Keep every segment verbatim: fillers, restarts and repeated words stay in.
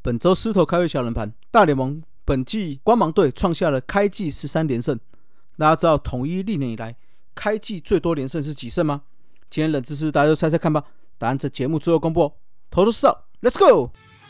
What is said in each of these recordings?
本周狮头开胃小人盘，大联盟本季光芒队创下了开季十三连胜。大家知道统一历年以来开季最多连胜是几胜吗？今天冷知识大家就猜猜看吧，答案在节目最后公布哦。头头是道 ，Let's go！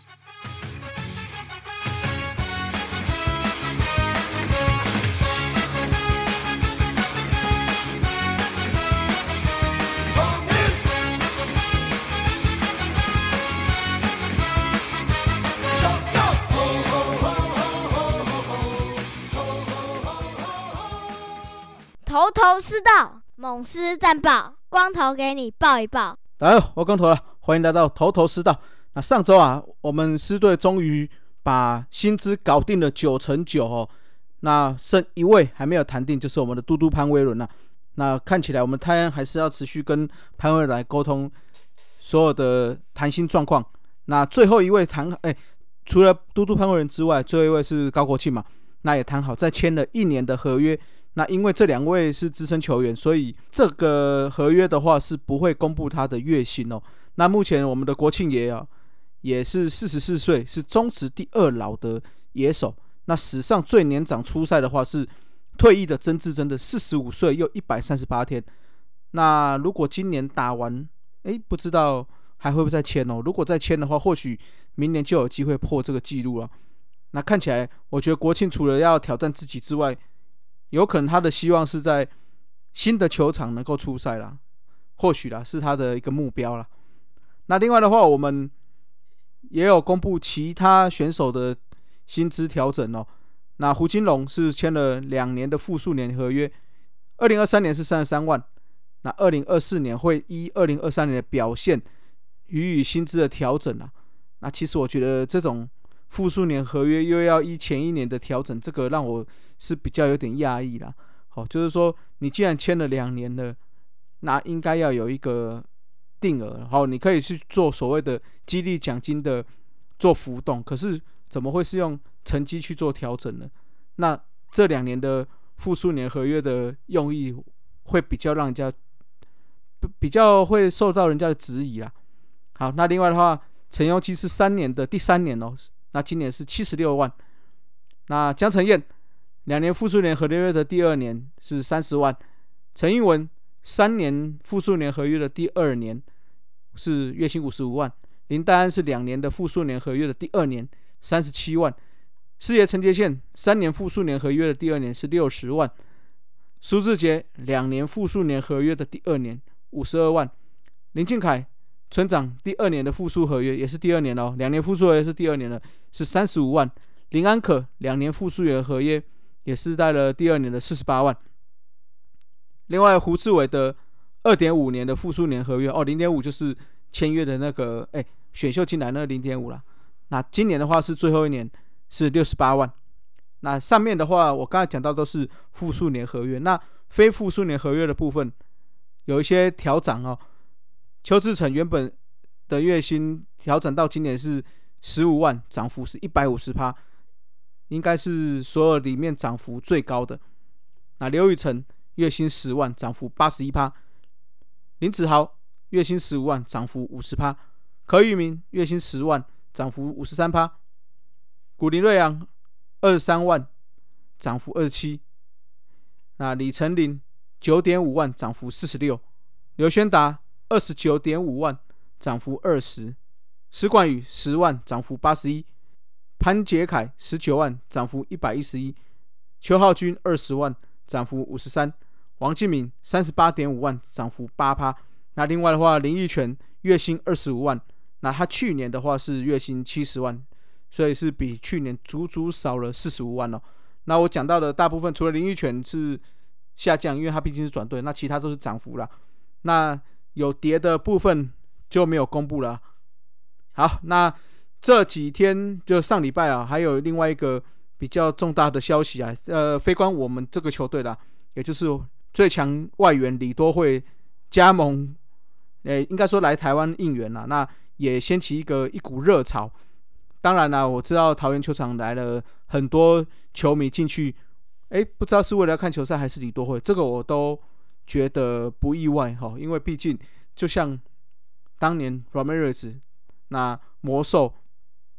头头是道，猛狮战报，光头给你报一报。 大家好，我光头了，欢迎来到头头是道。那上周啊，我们狮队终于把薪资搞定了九成九哦，那剩一位还没有谈定，就是我们的嘟嘟潘威伦了。那看起来我们泰安还是要持续跟潘威伦来沟通所有的谈薪状况。那最后一位谈，哎，除了嘟嘟潘威伦之外，最后一位是高国庆嘛，那也谈好再签了一年的合约。那因为这两位是资深球员，所以这个合约的话是不会公布他的月薪哦。那目前我们的国庆爷啊，也是四十四岁，是中职第二老的野手。那史上最年长出赛的话是退役的曾智珍的四十五岁又一百三十八天。那如果今年打完，哎，不知道还会不会再签哦？如果再签的话，或许明年就有机会破这个纪录了。那看起来，我觉得国庆除了要挑战自己之外，有可能他的希望是在新的球场能够出赛啦，或许啦是他的一个目标啦。那另外的话，我们也有公布其他选手的薪资调整哦。那胡金龙是签了两年的复数年合约，二零二三年是三十三万，那二零二四年会依二零二三年的表现予以薪资的调整啦。那其实我觉得这种复数年合约又要依前一年的调整，这个让我是比较有点讶异啦。好，就是说你既然签了两年了，那应该要有一个定额，好，你可以去做所谓的激励奖金的做浮动，可是怎么会是用成绩去做调整呢？那这两年的复数年合约的用意会比较让人家比较会受到人家的质疑啦。好，那另外的话，陈庸基是三年的第三年哦。那今年是七十六万，那江承彦两年复数年合约的第二年是三十万，陈玉文三年复数年合约的第二年是月薪五十五万，林岱安是两年的复数年合约的第二年三十七万，四爷陈杰宪三年复数年合约的第二年是六十万，苏智杰两年复数年合约的第二年五十二万，林敬凯村长第二年的复数合约也是第二年哦，两年复数合约是第二年了，是三十五万。林安可两年复数年合约也是在了第二年的四十八万。另外胡志伟的二点五年的复数年合约哦，零点五就是签约的那个哎选秀进来那个零点五啦。那今年的话是最后一年是六十八万。那上面的话我刚才讲到都是复数年合约，那非复数年合约的部分有一些调整哦。邱志成原本的月薪调整到今年是十五万，涨幅是 百分之一百五十， 应该是所有里面涨幅最高的。那刘宇成月薪十万，涨幅 百分之八十一， 林子豪月薪十五万，涨幅 百分之五十， 柯玉明月薪十万，涨幅 百分之五十三， 古林瑞阳二十三万，涨幅二十七，那李成林 九点五万，涨幅四十六，刘轩达二十九点五万，涨幅二十，施冠宇十万，涨幅八十一，潘杰凯十九万，涨幅一百一十一，邱浩军二十万，涨幅五十三，王敬敏三十八点五万，涨幅 百分之八。 那另外的话，林奕泉月薪二十五万，那他去年的话是月薪七十万，所以是比去年足足少了四十五万哦。那我讲到的大部分除了林奕泉是下降，因为他毕竟是转队，那其他都是涨幅啦。那有跌的部分就没有公布了。好，那这几天就上礼拜啊，还有另外一个比较重大的消息啊，呃，非关我们这个球队啦，也就是最强外援李多慧加盟，呃，应该说来台湾应援啦，那也掀起一个一股热潮。当然啦，我知道桃园球场来了很多球迷进去，哎，不知道是为了要看球赛还是李多慧，这个我都觉得不意外哈，因为毕竟就像当年 Ramirez 那魔兽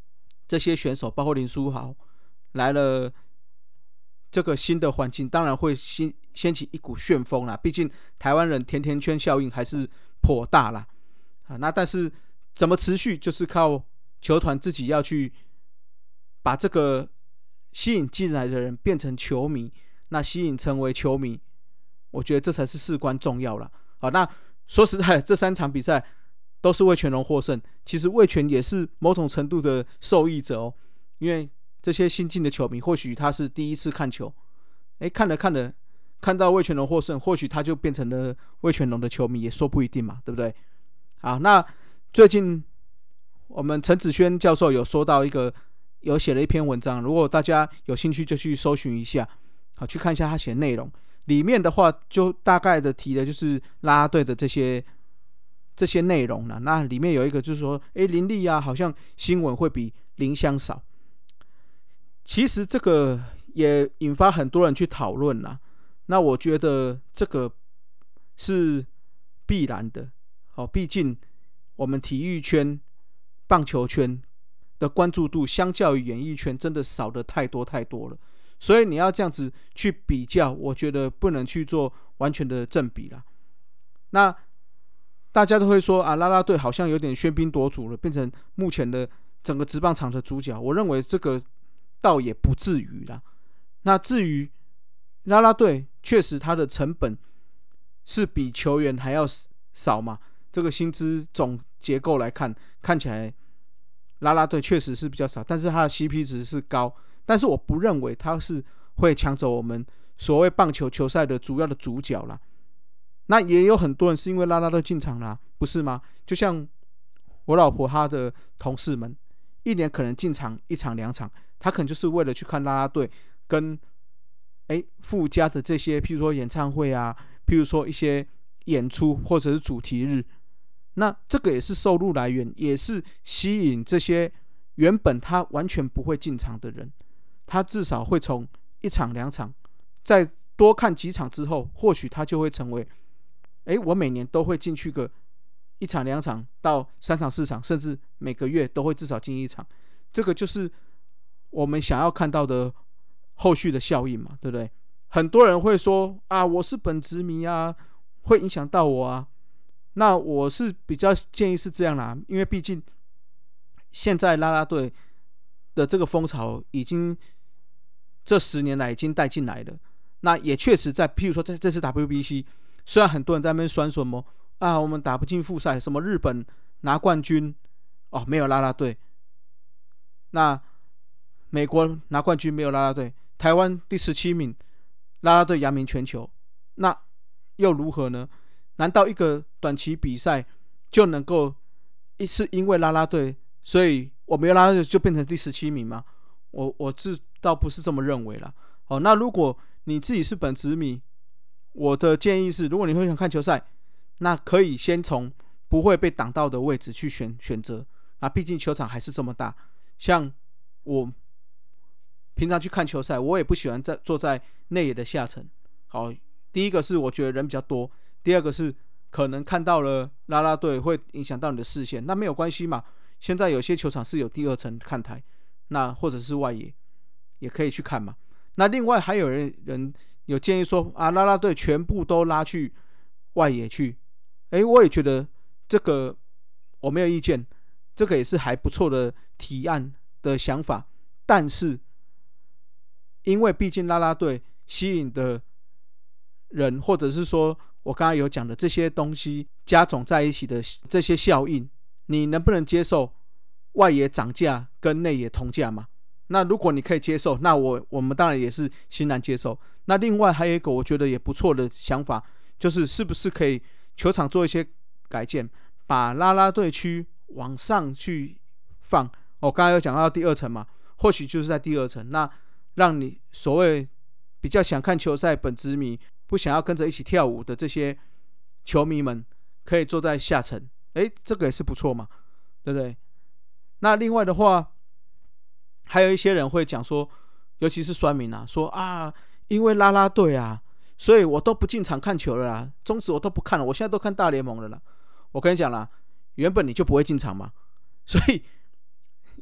这些选手，包括林书豪来了这个新的环境，当然会掀掀起一股旋风啦。毕竟台湾人甜甜圈效应还是颇大啦。啊，那但是怎么持续，就是靠球团自己要去把这个吸引进来的人变成球迷，那吸引成为球迷，我觉得这才是事关重要啦。好，那说实在，这三场比赛都是味全龙获胜，其实味全也是某种程度的受益者哦，因为这些新进的球迷，或许他是第一次看球，哎，看了看了，看到味全龙获胜，或许他就变成了味全龙的球迷，也说不一定嘛，对不对？好，那最近我们陈子轩教授有说到一个，有写了一篇文章，如果大家有兴趣就去搜寻一下，好，去看一下他写的内容。里面的话就大概的提的就是啦啦队的这些这些内容了。那里面有一个就是说，哎，林立啊，好像新闻会比林香少。其实这个也引发很多人去讨论啦。那我觉得这个是必然的。好，毕竟我们体育圈、棒球圈的关注度相较于演艺圈真的少的太多太多了，所以你要这样子去比较，我觉得不能去做完全的正比啦。那大家都会说啊，啦啦队好像有点喧宾夺主了，变成目前的整个职棒场的主角。我认为这个倒也不至于啦。那至于啦啦队，确实它的成本是比球员还要少嘛。这个薪资总结构来看，看起来啦啦队确实是比较少，但是它的 C P 值是高。但是我不认为它是会抢走我们所谓棒球球赛的主要的主角啦。那也有很多人是因为啦啦队进场啦，不是吗？就像我老婆她的同事们，一年可能进场一场两场，她可能就是为了去看啦啦队跟哎附加的这些，譬如说演唱会啊，譬如说一些演出或者是主题日。那这个也是收入来源，也是吸引这些原本他完全不会进场的人，他至少会从一场两场再多看几场之后，或许他就会成为诶我每年都会进去个一场两场到三场四场，甚至每个月都会至少进一场。这个就是我们想要看到的后续的效应嘛，对不对？很多人会说啊，我是本职迷啊，会影响到我啊。那我是比较建议是这样啦，因为毕竟现在啦啦队的这个风潮已经这十年来已经带进来了。那也确实在，譬如说在这次 W B C， 虽然很多人在那边酸什么啊，我们打不进复赛，什么日本拿冠军哦，没有啦啦队；那美国拿冠军没有啦啦队，台湾第十七名，啦啦队扬名全球，那又如何呢？难道一个短期比赛就能够是因为啦啦队，所以我没有啦啦队就变成第十七名吗？我我是倒不是这么认为啦。哦，那如果你自己是本职迷，我的建议是，如果你会想看球赛，那可以先从不会被挡到的位置去选选择。啊，毕竟球场还是这么大。像我平常去看球赛，我也不喜欢在坐在内野的下层。好，第一个是我觉得人比较多。第二个是可能看到了啦啦队会影响到你的视线，那没有关系嘛。现在有些球场是有第二层看台，那或者是外野也可以去看嘛。那另外还有人人有建议说啊，啦啦队全部都拉去外野去，哎，我也觉得这个我没有意见，这个也是还不错的提案的想法。但是因为毕竟啦啦队吸引的人，或者是说我刚刚有讲的这些东西加总在一起的这些效应，你能不能接受外野涨价跟内野同价嘛？那如果你可以接受，那我我们当然也是欣然接受。那另外还有一个我觉得也不错的想法，就是是不是可以球场做一些改建，把啦啦队区往上去放。我、哦、刚才有讲到第二层嘛，或许就是在第二层，那让你所谓比较想看球赛本职迷，不想要跟着一起跳舞的这些球迷们可以坐在下层，诶，这个也是不错嘛，对不对？那另外的话，还有一些人会讲说，尤其是酸民啊，说啊，因为啦啦队啊，所以我都不进场看球了啦，中职我都不看了，我现在都看大联盟了啦。我跟你讲啦，原本你就不会进场嘛，所以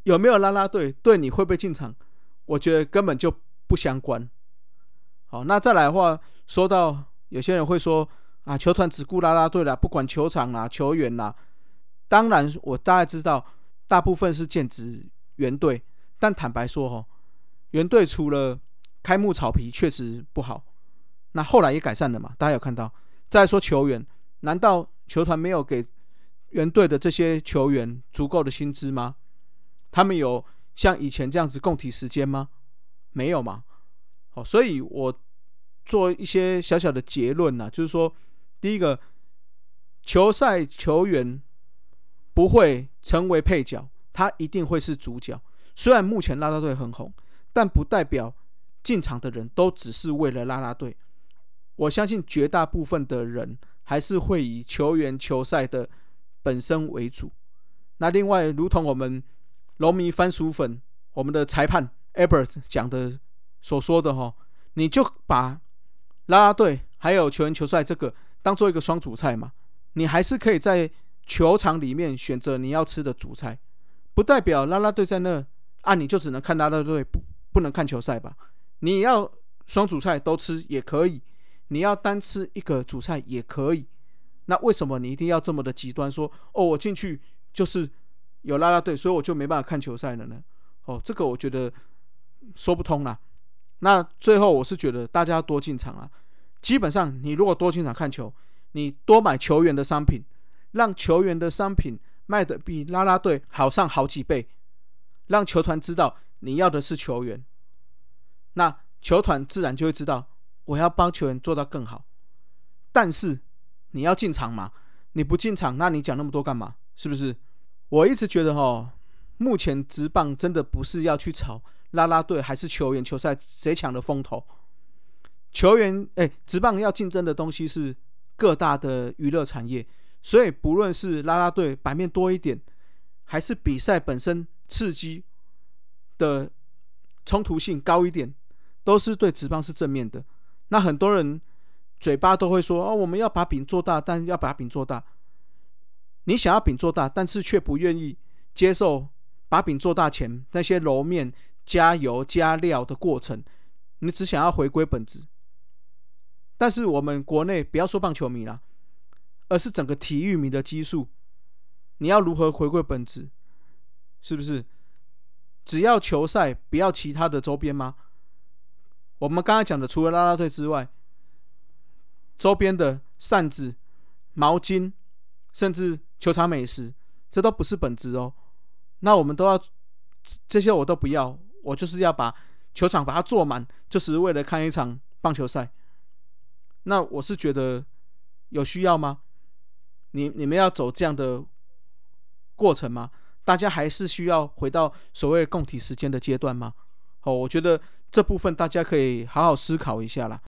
有没有啦啦队对你会不会进场，我觉得根本就不相关。好，那再来的话，说到有些人会说啊，球团只顾啦啦队啦，不管球场啦、球员啦。当然，我大概知道，大部分是剑指原队，但坦白说，哈，原队除了开幕草皮确实不好，那后来也改善了嘛，大家有看到。再来说球员，难道球团没有给原队的这些球员足够的薪资吗？他们有像以前这样子共体时间吗？没有嘛。好，所以我做一些小小的结论啊，就是说，第一个，球赛球员不会成为配角，他一定会是主角。虽然目前啦啦队很红，但不代表进场的人都只是为了啦啦队。我相信绝大部分的人还是会以球员球赛的本身为主。那另外，如同我们龙迷番薯粉，我们的裁判 Albert 讲的所说的齁，你就把啦啦队还有球员球赛这个当做一个双主菜嘛，你还是可以在球场里面选择你要吃的主菜，不代表啦啦队在那啊，你就只能看啦啦队，不不能看球赛吧？你要双主菜都吃也可以，你要单吃一个主菜也可以。那为什么你一定要这么的极端说，哦，我进去就是有啦啦队，所以我就没办法看球赛了呢？哦，这个我觉得说不通啦。那最后我是觉得大家多进场啦，基本上你如果多进场看球，你多买球员的商品，让球员的商品卖得比啦啦队好上好几倍，让球团知道你要的是球员，那球团自然就会知道我要帮球员做到更好。但是你要进场嘛，你不进场，那你讲那么多干嘛？是不是？我一直觉得齁，目前职棒真的不是要去吵啦啦队还是球员球赛谁抢的风头。球员哎，职棒要竞争的东西是各大的娱乐产业，所以不论是啦啦队版面多一点，还是比赛本身刺激的冲突性高一点，都是对职棒是正面的。那很多人嘴巴都会说，哦，我们要把饼做大，但要把饼做大。你想要饼做大，但是却不愿意接受把饼做大前那些揉面、加油、加料的过程，你只想要回归本质。但是我们国内不要说棒球迷啦，而是整个体育迷的基数，你要如何回归本质？是不是？只要球赛，不要其他的周边吗？我们刚才讲的，除了啦啦队之外，周边的扇子、毛巾，甚至球场美食，这都不是本质哦。那我们都要这些，我都不要，我就是要把球场把它坐满，就是为了看一场棒球赛。那我是觉得有需要吗？你你们要走这样的过程吗？大家还是需要回到所谓共体时间的阶段吗？哦，我觉得这部分大家可以好好思考一下啦。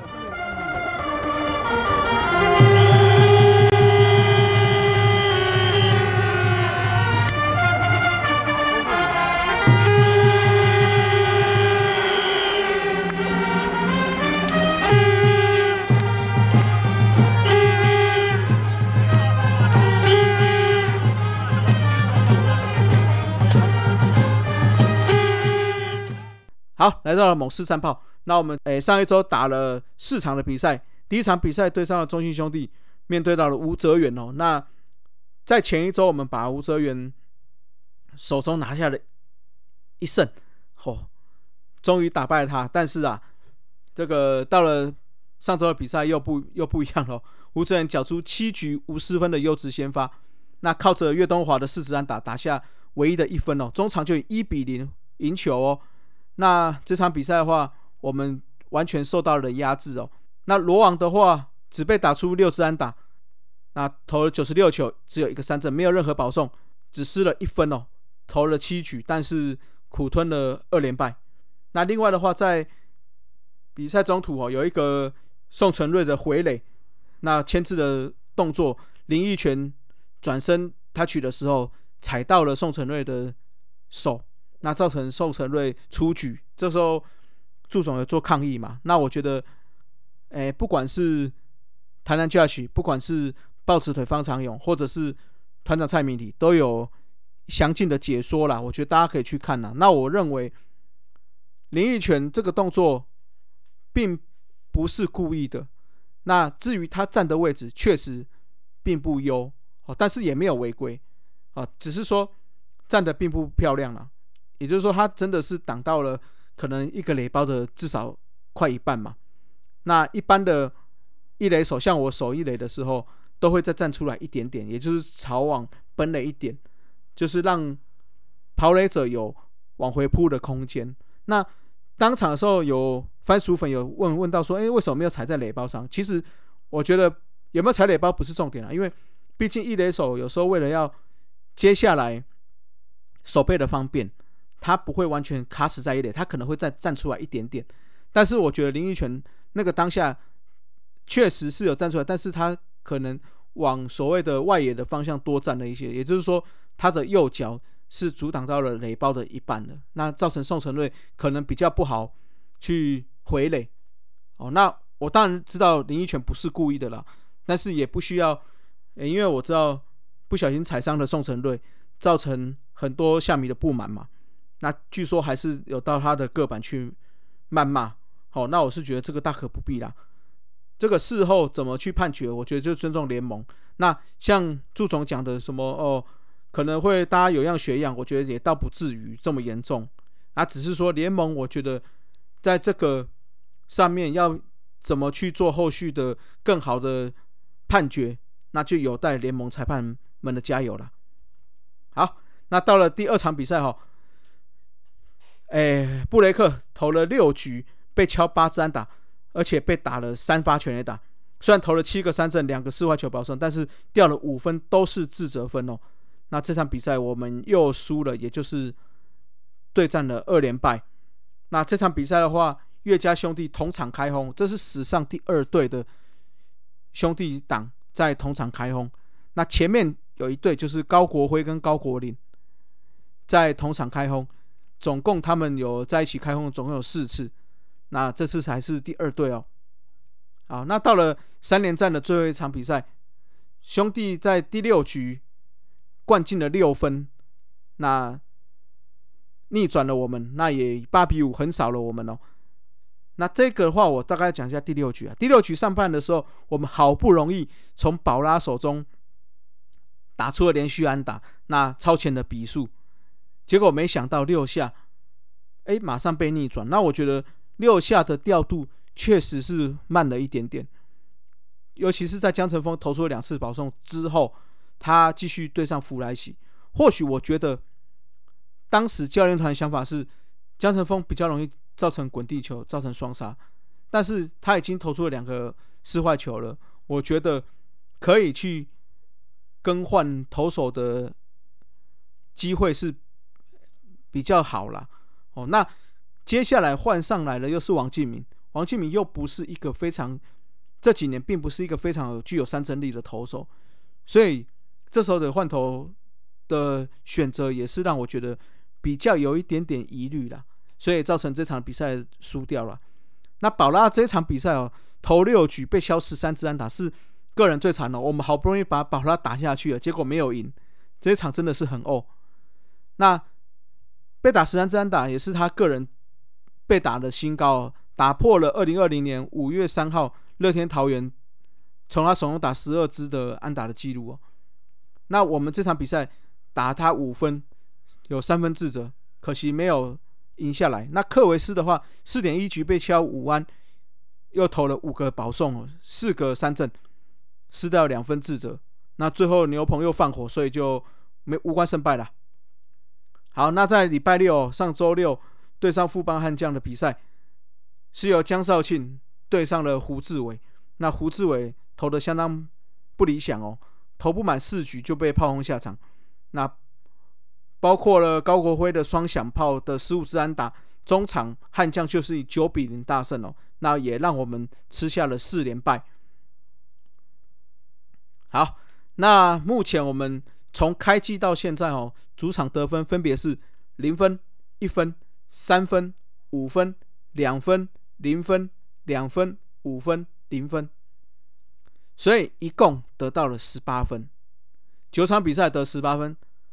好，来到了猛士战炮。那我们诶上一周打了四场的比赛，第一场比赛对上了中信兄弟，面对到了吴哲源哦。那在前一周我们把吴哲源手中拿下了一胜，哦，终于打败了他。但是啊，这个到了上周的比赛又不又不一样了。吴哲源缴出七局无失分的优质先发，那靠着岳东华的四支安打打下唯一的一分哦，中场就以一比零赢球哦。那这场比赛的话，我们完全受到了压制哦。那罗网的话，只被打出六支安打，那投了九十六球，只有一个三振，没有任何保送，只失了一分哦。投了七局，但是苦吞了二连败。那另外的话，在比赛中途哦，有一个宋承瑞的回垒，那牵制的动作，林奕泉转身他取的时候踩到了宋承瑞的手。那造成宋承瑞出局，这时候祝总有做抗议嘛？那我觉得，诶，不管是台南 Josh， 不管是抱持腿方长勇，或者是团长蔡明礼，都有详尽的解说啦，我觉得大家可以去看啦。那我认为林益全这个动作并不是故意的，那至于他站的位置确实并不优，但是也没有违规，只是说站的并不漂亮啦。也就是说他真的是挡到了可能一个垒包的至少快一半嘛。那一般的一垒手，像我守一垒的时候都会再站出来一点点，也就是朝往本垒一点，就是让跑垒者有往回扑的空间。那当场的时候有番薯粉有问问到说，诶，为什么没有踩在垒包上？其实我觉得有没有踩垒包不是重点啦，因为毕竟一垒手有时候为了要接下来守备的方便，他不会完全卡死在一垒，他可能会再站出来一点点。但是我觉得林益全那个当下确实是有站出来，但是他可能往所谓的外野的方向多站了一些，也就是说他的右脚是阻挡到了垒包的一半的，那造成宋承瑞可能比较不好去回垒。哦，那我当然知道林益全不是故意的啦，但是也不需要，因为我知道不小心踩伤了宋承瑞，造成很多下迷的不满嘛。那据说还是有到他的个板去谩骂，好、哦，那我是觉得这个大可不必啦。这个事后怎么去判决，我觉得就尊重联盟。那像祝总讲的什么哦，可能会大家有样学样，我觉得也倒不至于这么严重啊，只是说联盟我觉得在这个上面要怎么去做后续的更好的判决，那就有待联盟裁判们的加油了。好，那到了第二场比赛哈，哎，布雷克投了六局，被敲八支安打，而且被打了三发全垒打。虽然投了七个三振，两个四坏球保送，但是掉了五分，都是自责分哦。那这场比赛我们又输了，也就是对战了二连败。那这场比赛的话，岳家兄弟同场开轰，这是史上第二队的兄弟党在同场开轰。那前面有一队就是高国辉跟高国林在同场开轰，总共他们有在一起开轰，总共有四次。那这次才是第二队哦。好，那到了三连战的最后一场比赛，兄弟在第六局灌进了六分，那逆转了我们，那也八比五横扫了我们哦。那这个的话，我大概讲一下第六局啊。第六局上半的时候，我们好不容易从宝拉手中打出了连续安打，那超前的比数，结果没想到六下，哎，马上被逆转。那我觉得六下的调度确实是慢了一点点，尤其是在江晨峰投出了两次保送之后，他继续对上弗莱喜。或许我觉得当时教练团的想法是江晨峰比较容易造成滚地球，造成双杀，但是他已经投出了两个四坏球了，我觉得可以去更换投手的机会是比较好啦。哦，那接下来换上来了又是王敬明，王敬明又不是一个非常这几年并不是一个非常具有三振力的投手，所以这时候的换投的选择也是让我觉得比较有一点点疑虑啦，所以造成这场比赛输掉了。那宝拉这场比赛哦，投六局被消十三支安打，是个人最惨的、哦。我们好不容易把宝拉打下去了，结果没有赢，这一场真的是很哦。那被打十三支安打也是他个人被打的新高、哦，打破了二零二零年五月三号乐天桃园从他手中打十二支的安打的记录哦。那我们这场比赛打他五分，有三分自责，可惜没有赢下来。那克维斯的话 四点一 局被敲五安，又投了五个保送，四个三振，失掉两分自责。那最后牛棚又放火，所以就没无关胜败了。好，那在礼拜六上周六对上富邦悍将的比赛，是由江少庆对上了胡志伟。那胡志伟投的相当不理想哦，投不满四局就被炮轰下场。那包括了高国辉的双响炮的十五支安打，中场悍将就是以九比零大胜哦，那也让我们吃下了四连败。好，那目前我们从开季到现在哦，主场得分分别是零分、一分、三分、五分、两分、零分、两分、五分、零分，所以一共得到了十八分。九场比赛得十八分，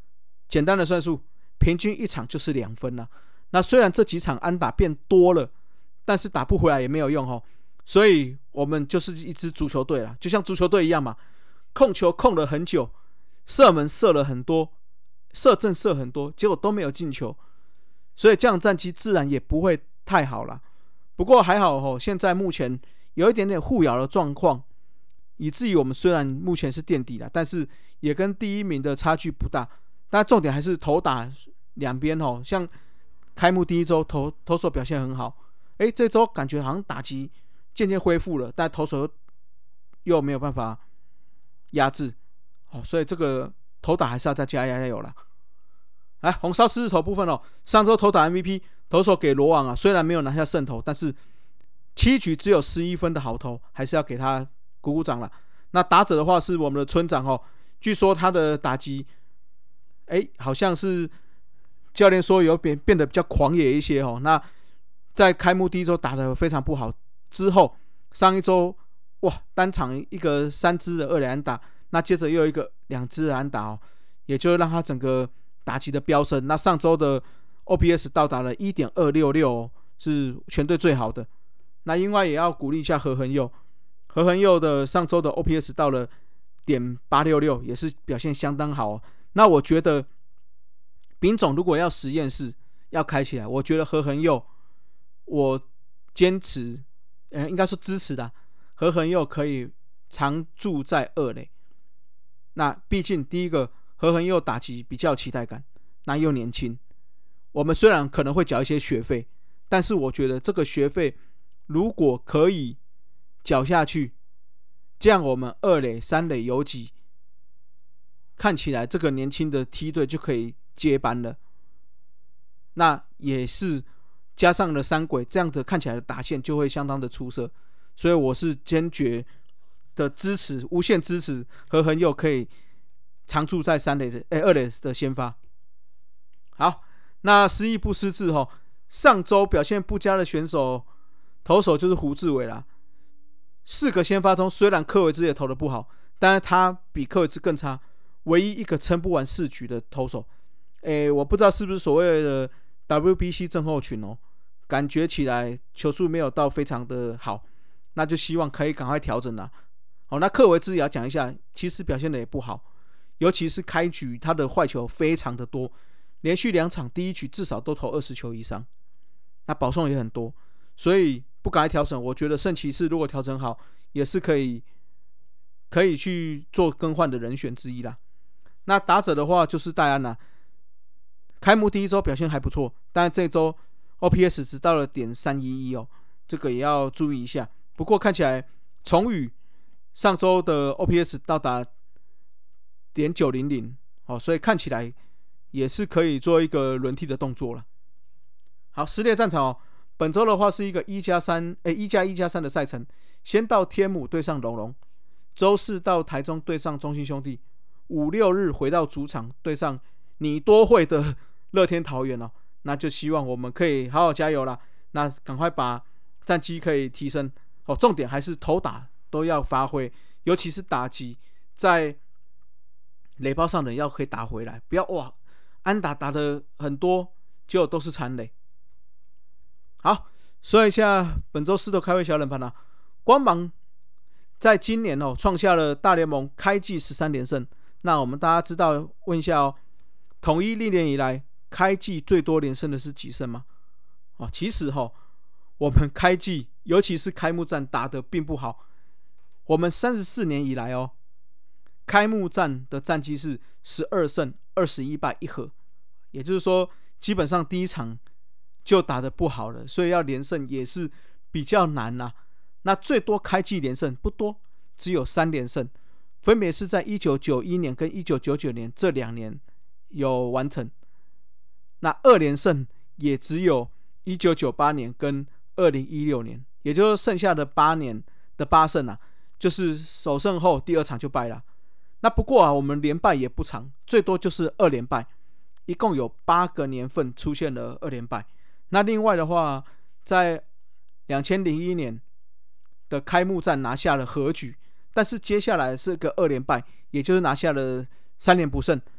简单的算数，平均一场就是两分啦。那虽然这几场安打变多了，但是打不回来也没有用哦。所以我们就是一支足球队啦，就像足球队一样嘛，控球控了很久，射门射了很多，射正射很多，结果都没有进球，所以这样战绩自然也不会太好啦。不过还好哦，现在目前有一点点互咬的状况，以至于我们虽然目前是垫底啦，但是也跟第一名的差距不大。但重点还是投打两边哦，像开幕第一周投投手表现很好，诶，这周感觉好像打击渐渐恢复了，但投手又没有办法压制，哦，所以这个投打还是要再加加油啦。来，红烧狮子头部分哦，上周投打 M V P 投手给罗网啊，虽然没有拿下胜投，但是七局只有十一分的好投，还是要给他鼓鼓掌啦。那打者的话是我们的村长哦，据说他的打击，哎，好像是教练说有变变得比较狂野一些哦。那在开幕第一周打得非常不好之后，上一周哇单场一个三支的二垒安打，那接着又有一个两支的安打哦，也就让他整个打击的飙升。那上周的 O P S 到达了 一点二六六、哦、是全队最好的。那另外也要鼓励一下何恒佑，何恒佑的上周的 O P S 到了 点八六六， 也是表现相当好、哦。那我觉得丙总如果要实验室要开起来，我觉得何恒佑我坚持、呃、应该说支持的，何恒佑可以常驻在二垒。那毕竟第一个何恒佑打击比较有期待感，那又年轻，我们虽然可能会缴一些学费，但是我觉得这个学费如果可以缴下去，这样我们二垒三垒游击看起来这个年轻的梯队就可以接班了。那也是加上了三轨，这样的看起来的打线就会相当的出色。所以我是坚决的支持，无限支持何恒佑可以常驻在三垒的、欸、二垒的先发。好，那失意不失智哦，上周表现不佳的选手投手就是胡志伟啦。四个先发中，虽然柯维兹也投得不好，但是他比柯维兹更差，唯一一个撑不完四局的投手。诶，我不知道是不是所谓的 W B C 症候群哦，感觉起来球速没有到非常的好，那就希望可以赶快调整啦。好，那柯维兹也要讲一下，其实表现的也不好，尤其是开局他的坏球非常的多，连续两场第一局至少都投二十球以上，那保送也很多，所以不赶快调整，我觉得圣骑士如果调整好，也是可以可以去做更换的人选之一啦。那打者的话就是戴安啦，开幕第一周表现还不错，但这周 O P S 只到了 点三一一 哦，这个也要注意一下。不过看起来崇宇上周的 O P S 到达 点九零零、哦、所以看起来也是可以做一个轮替的动作了。好，撕裂战场哦，本周的话是一个一加三，诶，一加一加三的赛程，先到天母对上龙龙，周四到台中对上中信兄弟，五六日回到主场对上你多会的乐天桃园哦，那就希望我们可以好好加油啦，那赶快把战绩可以提升哦，重点还是投打都要发挥，尤其是打击，在垒包上的人要可以打回来，不要哇安打打的很多，结果都是残垒。好，说一下本周四的开胃小冷盘啦、啊。光芒在今年哦创下了大联盟开季十三连胜。那我们大家知道，问一下哦，统一历年以来开季最多连胜的是几胜吗？哦，其实哦，我们开季尤其是开幕战打得并不好。我们三十四年以来哦，开幕战的战绩是十二胜二十一败一和，也就是说，基本上第一场就打得不好了，所以要连胜也是比较难啦、啊。那最多开季连胜不多，只有三连胜，分别是在一九九一年跟一九九九年这两年有完成。那二连胜也只有一九九八年跟二零一六年，也就是剩下的八年的八胜啊，就是首胜后第二场就败了。那不过啊，我们连败也不长，最多就是二连败，一共有八个年份出现了二连败。那另外的话，在二零零一年的开幕战拿下了和局，但是接下来是个二连败，也就是拿下了三连不胜。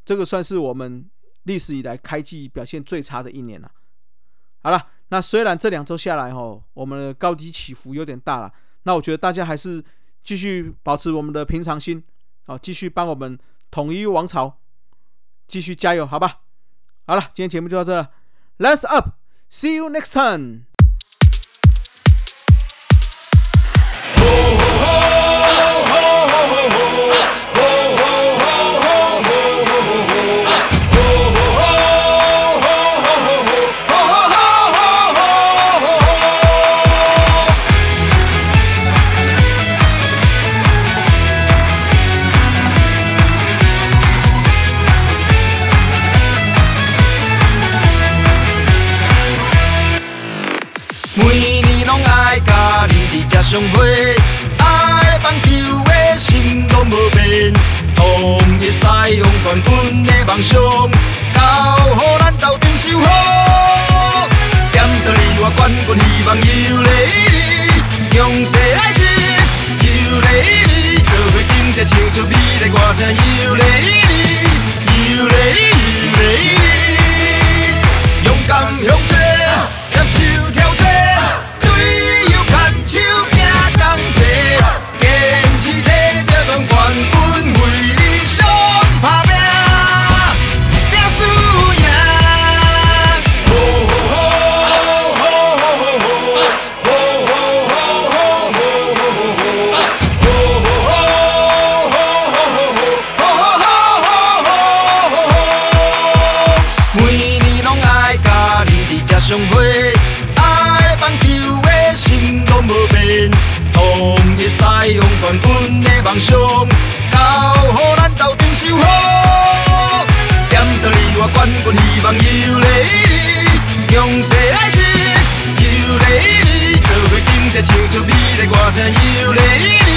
这个算是我们历史以来开季表现最差的一年了。好了，那虽然这两周下来吼，我们的高低起伏有点大了，那我觉得大家还是继续保持我们的平常心，哦，继续帮我们统一王朝，继续加油，好吧？好了，今天节目就到这了 ，Let's up， see you next time。 相会，爱棒球的心拢无变，统一西洋冠军的梦想，交予咱斗阵守护。点到你我冠军希望又来你，强势来势又来你，做伙真正唱出美丽歌声又来你，又来又来你，勇敢向前，接受挑战，对手看手。冠军为理想打拼，拼输赢。哦哦哦哦哦哦哦，每年拢爱甲恁伫这相会，爱棒球的心拢无变。统一西洋冠军的梦想，交予咱斗阵守护。点到你我冠军希望又来你，强势来势又来你，做伙真正唱出美丽歌声又来你。